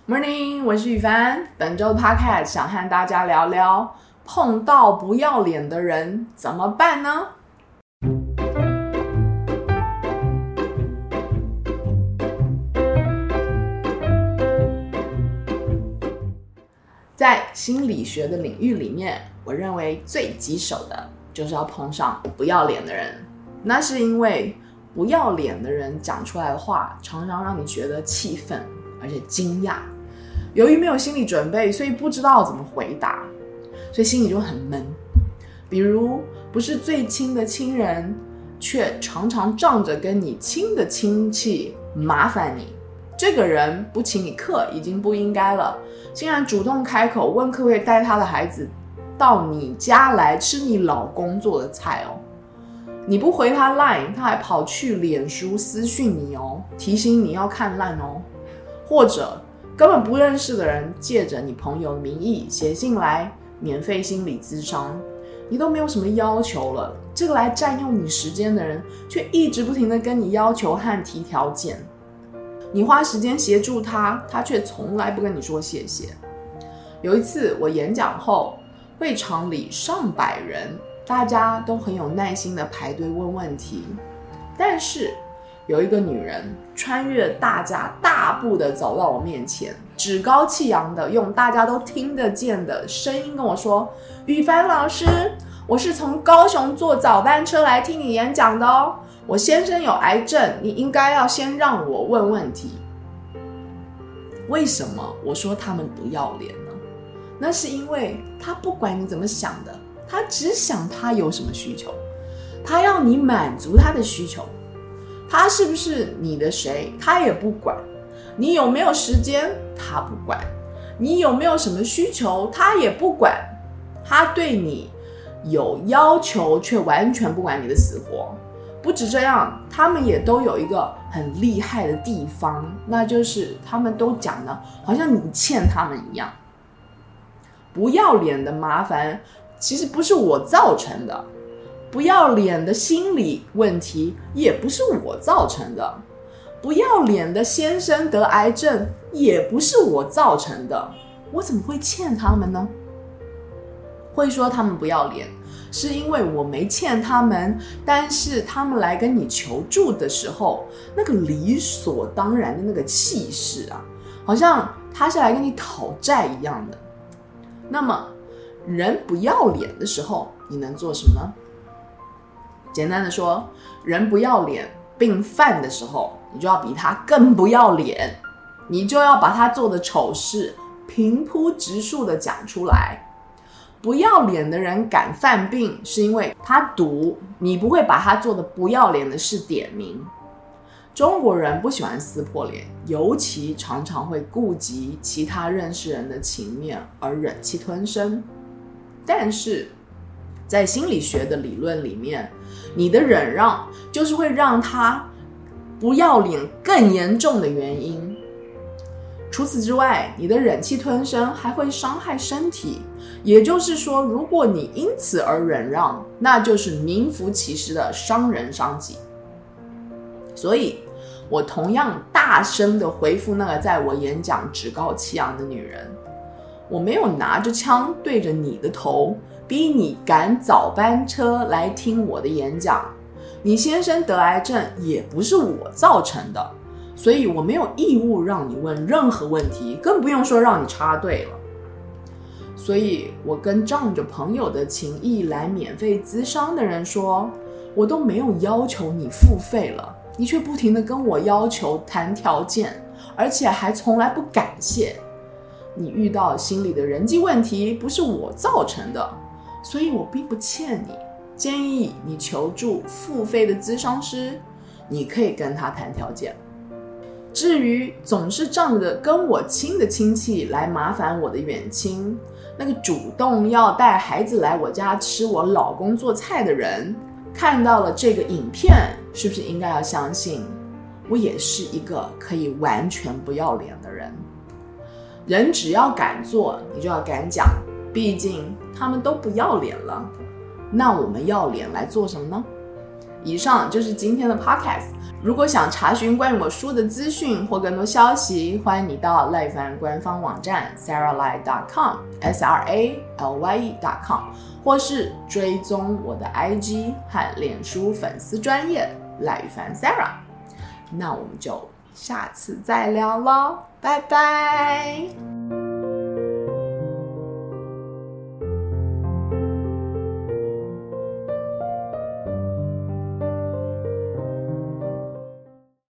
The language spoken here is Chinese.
Morning， 我是宇凡。本周的 Podcast 想和大家聊聊，碰到不要脸的人怎么办呢？在心理学的领域里面，我认为最棘手的就是要碰上不要脸的人。那是因为不要脸的人讲出来的话，常常让你觉得气愤，而且惊讶。由于没有心理准备，所以不知道怎么回答，所以心里就很闷。比如不是最亲的亲人，却常常仗着跟你亲的亲戚麻烦你。这个人不请你客已经不应该了，竟然主动开口问可不可以带他的孩子到你家来吃你老公做的菜哦。你不回他 LINE， 他还跑去脸书私讯你哦，提醒你要看 LINE哦。或者根本不认识的人借着你朋友的名义写信来免费心理咨商，你都没有什么要求了，这个来占用你时间的人却一直不停的跟你要求和提条件。你花时间协助他，他却从来不跟你说谢谢。有一次我演讲后，会场里上百人，大家都很有耐心的排队问问题，但是有一个女人穿越大家，大步的走到我面前，趾高气扬的用大家都听得见的声音跟我说：宇凡老师，我是从高雄坐早班车来听你演讲的哦，我先生有癌症，你应该要先让我问问题。为什么我说他们不要脸呢？那是因为他不管你怎么想的，他只想他有什么需求，他要你满足他的需求。他是不是你的谁他也不管，你有没有时间他不管，你有没有什么需求他也不管，他对你有要求却完全不管你的死活。不止这样，他们也都有一个很厉害的地方，那就是他们都讲的好像你欠他们一样。不要脸的麻烦其实不是我造成的，不要脸的心理问题也不是我造成的，不要脸的先生得癌症也不是我造成的，我怎么会欠他们呢？会说他们不要脸，是因为我没欠他们，但是他们来跟你求助的时候，那个理所当然的那个气势啊，好像他是来跟你讨债一样的。那么人不要脸的时候，你能做什么呢？简单的说，人不要脸病犯的时候，你就要比他更不要脸，你就要把他做的丑事平铺直述的讲出来。不要脸的人敢犯病，是因为他赌你不会把他做的不要脸的事点名。中国人不喜欢撕破脸，尤其常常会顾及其他认识人的情面而忍气吞声。但是在心理学的理论里面，你的忍让就是会让他不要脸更严重的原因。除此之外，你的忍气吞声还会伤害身体，也就是说，如果你因此而忍让，那就是名副其实的伤人伤己。所以我同样大声的回复那个在我演讲趾高气扬的女人，我没有拿着枪对着你的头，逼你赶早班车来听我的演讲。你先生得癌症也不是我造成的，所以我没有义务让你问任何问题，更不用说让你插队了。所以我跟仗着朋友的情谊来免费咨商的人说，我都没有要求你付费了，你却不停地跟我要求谈条件，而且还从来不感谢。你遇到心理的人际问题不是我造成的，所以我并不欠你，建议你求助付费的咨商师，你可以跟他谈条件。至于总是仗着跟我亲的亲戚来麻烦我的远亲，那个主动要带孩子来我家吃我老公做菜的人，看到了这个影片，是不是应该要相信我也是一个可以完全不要脸的人？人只要敢做，你就要敢讲，毕竟他们都不要脸了。那我们要脸来做什么呢？ 以上就是今天的 podcast。如果想查询关于我书的资讯或更多消息，欢迎你到赖凡官方网站 saralye.com saralye.com， 或是追踪我的 IG 和脸书粉丝专页赖宇凡 Sara。 那我们就下次再聊咯，拜拜。